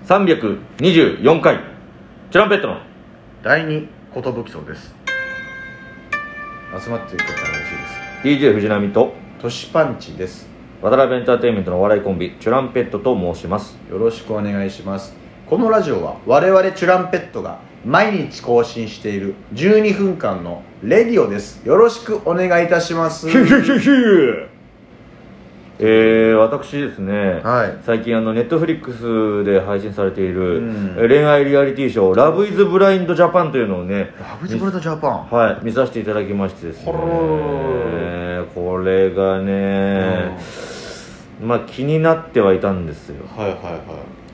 324回チュランペットの第二寿そうです。集まってくれたら嬉しいです。 DJ 藤波とトシパンチです。 渡辺エンターテインメントのお笑いコンビチュランペットと申します。 よろしくお願いします。このラジオは我々チュランペットが毎日更新している12分間のレディオです。よろしくお願いいたします。 私ですね、 はい、 最近ネットフリックスで配信されている、恋愛リアリティショーラブイズブラインドジャパンというのをね、 ラブイズブラインドジャパン、 はい、見させていただきましてですね、これがね、まあ気になってはいたんですよ。 はいはいはい。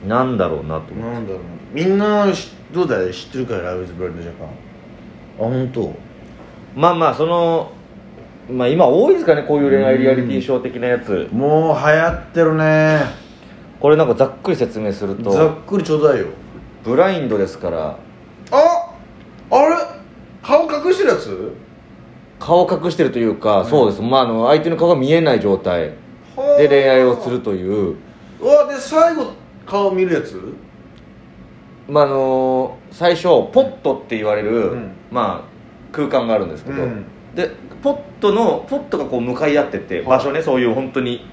なんだろうなと思って。 なんだろうな、みんなどうだい、知ってるからラブイズブラインドジャパン。あ、本当。 まあまあまあ今多いですかね、こういう恋愛リアリティショー的なやつ。 もう流行ってるね。 これなんかざっくり説明すると、 ざっくりちょうだいよ。 ブラインドですから。 あれ顔隠してるやつ。 顔隠してるというか、そうです、まあ相手の顔が見えない状態で恋愛をするという。 で最後顔見るやつ。 まあ最初ポットって言われる、まあ空間があるんですけど、でポットがこう向かい合ってて、場所ね、そういう本当に、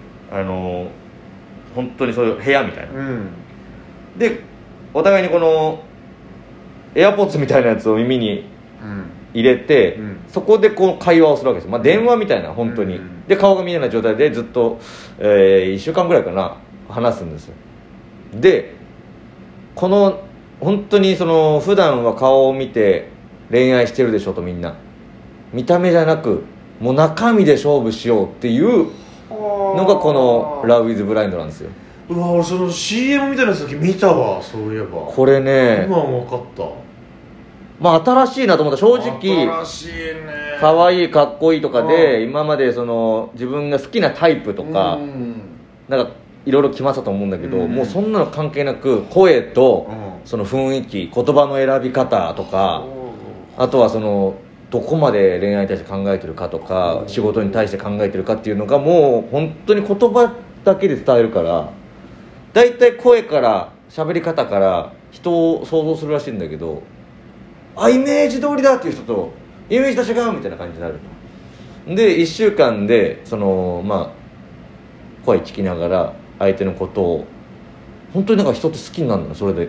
本当にそういう部屋みたいな、でお互いにこのエアポッツみたいなやつを耳に入れて、そこでこう会話をするわけです。まあ、電話みたいな、本当に、で顔が見えない状態でずっと、1週間ぐらいかな話すんですよ。でこの本当に普段は顔を見て恋愛してるでしょと、みんな見た目じゃなくもう中身で勝負しようっていうのがこのラブイズブラインドなんですよ。 うわ、俺その CM みたいなやつだけ見たわ、そういえば。 これね、 今分かった。 まあ新しいなと思った。正直新しいね、 可愛いかっこいいとかで今まで自分が好きなタイプとかなんかいろいろ来ましたと思うんだけど、もうそんなの関係なく声とその雰囲気、言葉の選び方とか、あとはどこまで恋愛に対して考えてるかとか、仕事に対して考えてるかっていうのがもう本当に言葉だけで伝えるから、だいたい声から喋り方から人を想像するらしいんだけど、イメージ通りだっていう人とイメージと違うみたいな感じになると。で1週間でまあ声聞きながら相手のことを本当になんか人って好きになるのよ、それで。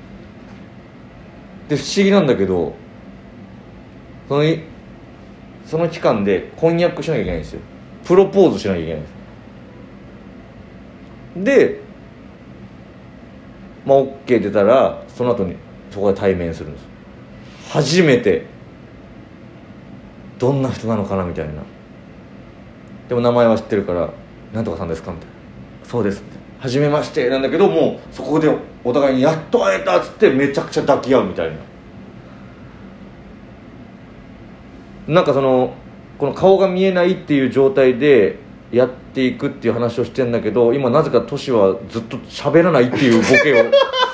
で不思議なんだけど、その期間で婚約しなきゃいけないんですよ。プロポーズしなきゃいけないんです。でまあ OK 出たらその後にそこで対面するんです。初めてどんな人なのかなみたいな。でも名前は知ってるから「なんとかさんですか?」みたいな「そうです」って「初めまして」なんだけど、もうそこでお互いに「やっと会えた」っつってめちゃくちゃ抱き合うみたいな。なんかこの顔が見えないっていう状態でやっていくっていう話をしてんだけど、今なぜかトシはずっと喋らないっていうボケを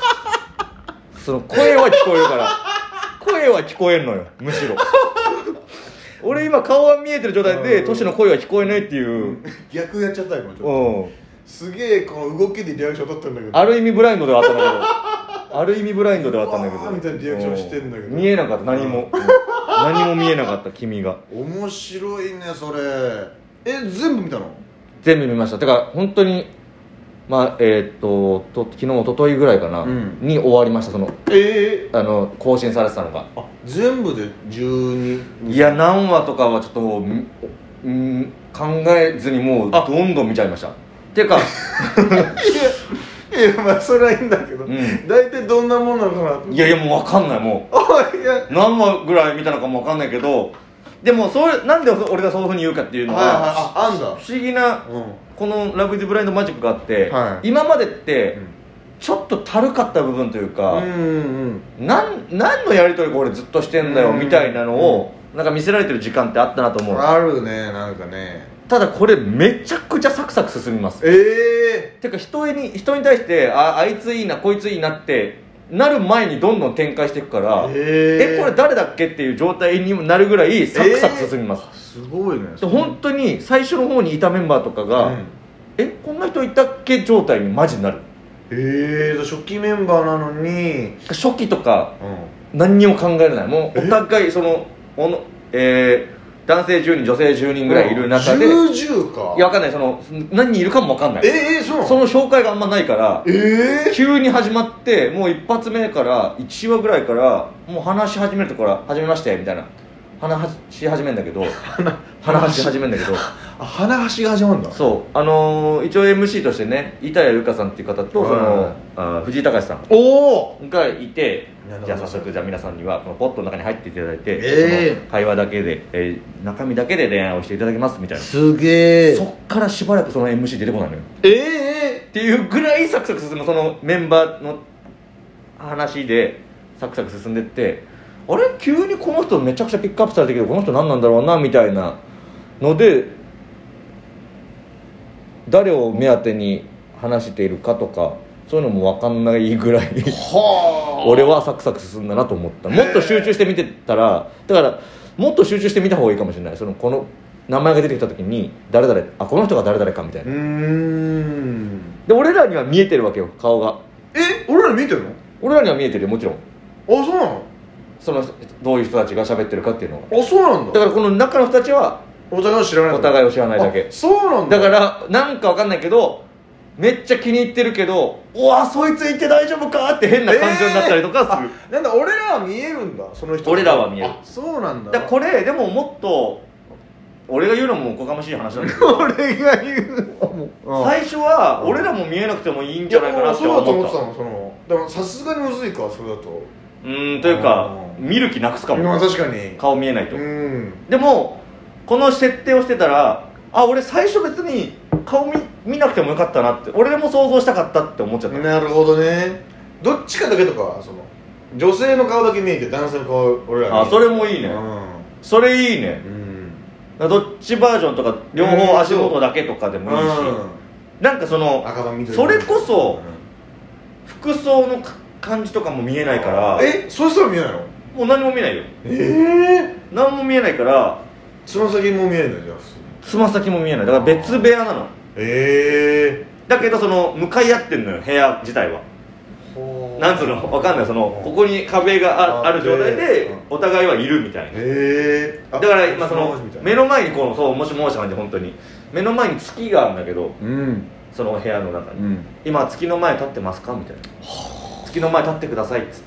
声は聞こえるから、声は聞こえるのよ、むしろ俺今顔が見えてる状態でトシの声は聞こえないっていう、 逆やっちゃった今ちょっと、すげえこの動きでリアクション取ったんだけど、 ある意味ブラインドではあったんだけどある意味ブラインドではあったんだけどみたいなリアクションしてんだけど、 見えなかった。何も何も見えなかった。君が面白いねそれ。全部見たの？ 全部見ました。てか本当にまあ昨日一昨日ぐらいかな、に終わりました。更新されてたのが。 全部で12。 いや何話とかはちょっともう、考えずにもうどんどん見ちゃいました。ていうかいやまあそれはいいんだけど、大体どんなもんなのかなと。 いやもう分かんない。もう何話ぐらい見たのかも分かんないけど、でもなんで俺がそういうふうに言うかっていうのは、 あんだ不思議な、このラブイズブラインドマジックがあって、今までってちょっとたるかった部分というか、何のやり取りこれずっとしてんだよみたいなのをなんか見せられてる時間ってあったなと思う。 あるね、なんかね。 ただこれめちゃくちゃサクサク進みます。てか人に対してあいついいなこいついいなってなる前にどんどん展開していくから、これ誰だっけっていう状態になるぐらいサクサク進みます。 すごいね。 本当に最初の方にいたメンバーとかが、こんな人いたっけ状態にマジになる。 初期メンバーなのに初期とか何にも考えれない。もうお互いその男性10人女性10人ぐらいいる中で 10かいや分かんない、その何人いるかも分かんない。 そうなの？ その紹介があんまないから、急に始まってもう一発目から1話ぐらいからもう話し始めるところから始めましてみたいな話し始めるんだけど話し始めるんだけど話が始まるんだ。 そう、一応 MC としてね板谷由香さんっていう方とその藤井隆さんがいて、じゃあ早速じゃあ皆さんにはこのポットの中に入っていただいて、その会話だけで、中身だけで恋愛をしていただきますみたいな。 すげえ。 そっからしばらくその MC 出てこないのよ。っていうぐらいサクサク進む、そのメンバーの話でサクサク進んでって、あれ急にこの人めちゃくちゃピックアップされてるけどこの人何なんだろうなみたいなので、誰を目当てに話しているかとかそういうのも分かんないぐらい俺はサクサク進んだなと思った。もっと集中して見てたら、だからもっと集中して見た方がいいかもしれない。この名前が出てきた時に誰々、この人が誰々かみたいな。で俺らには見えてるわけよ、顔が。 俺ら見えてるの？ 俺らには見えてるよ、もちろん。 そうなの？ どういう人たちが喋ってるかっていうのが。 そうなんだ。 だからこの中の人たちはお互いを知らない。 お互いを知らないだけ。 そうなんだ。 だからなんかわかんないけどめっちゃ気に入ってるけど、うわそいついて大丈夫かって変な感情になったりとかする。 なんだ、俺らは見えるんだ、その人。 俺らは見える。 そうなんだ。 だからこれでももっと俺が言うのもおこがましい話なんだけど俺が言うのも最初は俺らも見えなくてもいいんじゃないかなって思った。 そうだと思ってたの。でもさすがにむずいか、それだと。 というか見る気なくすかも。 確かに顔見えないと。でもこの設定をしてたら、俺最初別に顔見なくてもよかったなって、俺でも想像したかったって思っちゃった。 なるほどね。どっちかだけとか、女性の顔だけ見えて男性の顔俺ら見えて。 それもいいね。それいいね。どっちバージョンとか両方足元だけとかでもいいし、なんかそれこそ服装の感じとかも見えないから。 そうしたら見えないの？ もう何も見えないよ。何も見えないから。 つま先も見えないじゃん。 つま先も見えない。だから別部屋なの。だけど向かい合ってんのよ、部屋自体は。なんつうの分かんない。ここに壁がある状態でお互いはいるみたいな。だから今目の前にもしもしなんで本当に目の前に月があるんだけど、その部屋の中に、今月の前立ってますかみたいな。月の前立ってくださいっつって、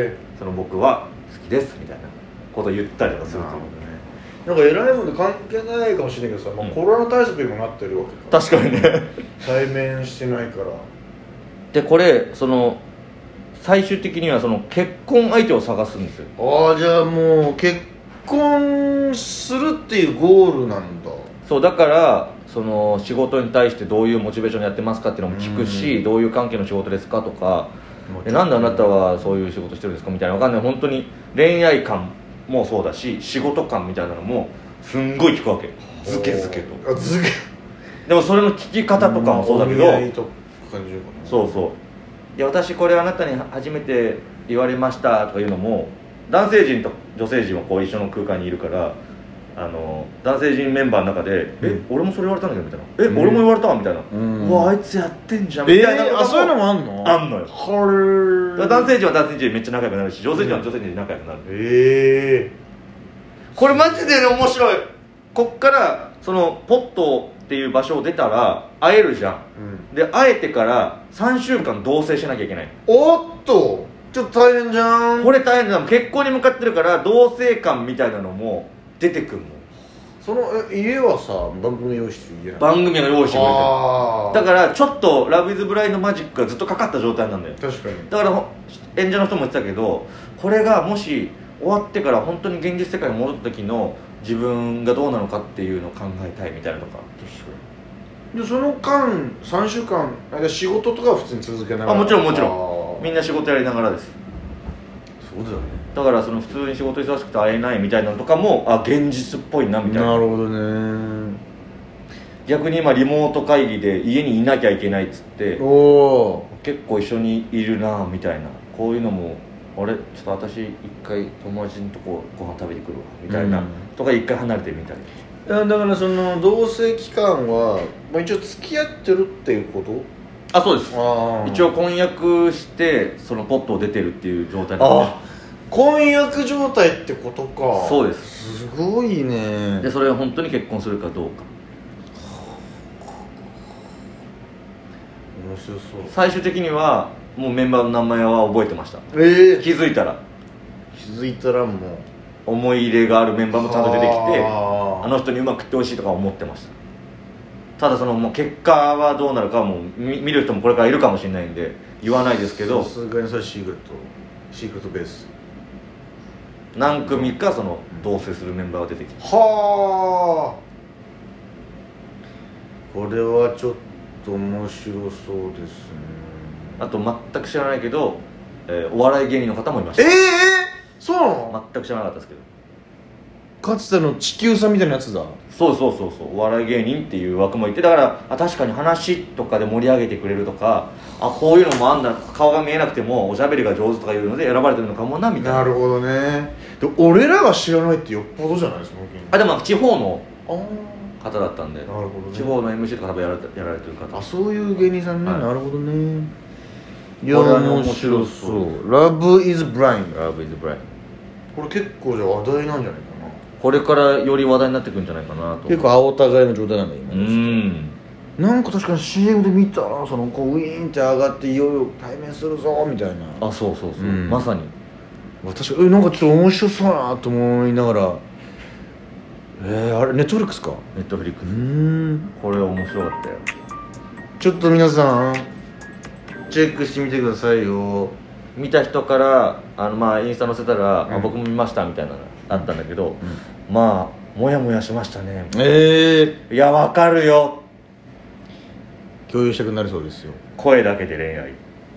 僕は好きですみたいなことを言ったりとかするという。 なんか偉いもんで関係ないかもしれないけどさ、コロナ対策にもなってるわけ確かにね対面してないから。 でこれ最終的には結婚相手を探すんですよ。 じゃあもう結婚するっていうゴールなんだ。 そうだから仕事に対してどういうモチベーションでやってますかっていうのも聞くし、どういう関係の仕事ですかとか、なんであなたはそういう仕事してるんですかみたいな。分かんない。本当に恋愛観もそうだし仕事観みたいなのもすんごい聞くわけ。ズケズケと。でもそれの聞き方とかもそうだけど、そうそう、いや私これあなたに初めて言われましたとかいうのも、男性陣と女性陣は一緒の空間にいるから、男性陣メンバーの中で俺もそれ言われたんだけどみたいな、俺も言われたみたいな、うわあいつやってんじゃんみたいなのも、 そういうのもあんの？ あんのよ。男性陣は男性陣めっちゃ仲良くなるし、女性陣は女性陣で仲良くなる。これマジで面白い。こっからポットっていう場所を出たら会えるじゃん、で会えてから3週間同棲しなきゃいけない。 おっとちょっと大変じゃん。 これ大変だ。結婚に向かってるから同棲感みたいなのも出てくるの。 家はさ番組用意してる家なの？ 番組が用意してくれてる。だからちょっとラブイズブラインドマジックがずっとかかった状態なんだよ。 確かに。 だから演者の人も言ってたけど、これがもし終わってから本当に現実世界に戻った時の自分がどうなのかっていうのを考えたいみたいなとか。 でその間3週間仕事とかは普通に続けながら。 もちろんもちろんみんな仕事やりながらです。 そうだよね。 だから普通に仕事忙しくて会えないみたいなのとかも現実っぽいなみたいな。 なるほどね。 逆に今リモート会議で家にいなきゃいけないっつって結構一緒にいるなみたいな、こういうのもちょっと私一回友達のとこご飯食べてくるわみたいな、とか一回離れてみたり。 だから同棲期間は、一応付き合ってるっていうこと？ あ、そうです。一応婚約してそのポットを出てるっていう状態なんで。 あ、婚約状態ってことか。 そうです。 すごいね。 でそれは本当に結婚するかどうか。 面白そう。 最終的にはもうメンバーの名前は覚えてました。気づいたらもう思い入れがあるメンバーもちゃんと出てきて、あの人にうまくいってほしいとか思ってました。ただそのもう結果はどうなるかはもう見る人もこれからいるかもしれないんで言わないですけど、 さすがにそれシークレットベース何組かその同棲するメンバーが出てきて、 はあ、これはちょっと面白そうですね。 あと全く知らないけど、お笑い芸人の方もいました。 そうなの？ 全く知らなかったですけど、 かつての地球さんみたいなやつだ。 そうお笑い芸人っていう枠もいて、だから確かに話とかで盛り上げてくれるとか、こういうのもあんだ、顔が見えなくてもおしゃべりが上手とかいうので選ばれてるのかもなみたいな。 なるほどね。で俺らが知らないってよっぽどじゃないですか。 でも地方の方だったんで、 なるほどね、 地方の MC とか多分やられてる方。 そういう芸人さんね、はい、なるほどね。いや、 面白そう。 Love is Blind。 これ結構じゃあ話題なんじゃないかな。 これからより話題になってくるんじゃないかなと。 結構青互いの状態なんだ今。なんか確かに CM で見たら、そのこうウィーンって上がっていよいよ対面するぞみたいな。 そう、まさに確かになんかちょっと面白そうなと思いながら、あれネットフリックスか。 ネットフリックス。これ面白かったよ。 ちょっと皆さんチェックしてみてくださいよ。 見た人からインスタ載せたら、僕も見ましたみたいなのあったんだけど、もやもやしましたね。いや、わかるよ。 共有したくなりそうですよ。 声だけで恋愛。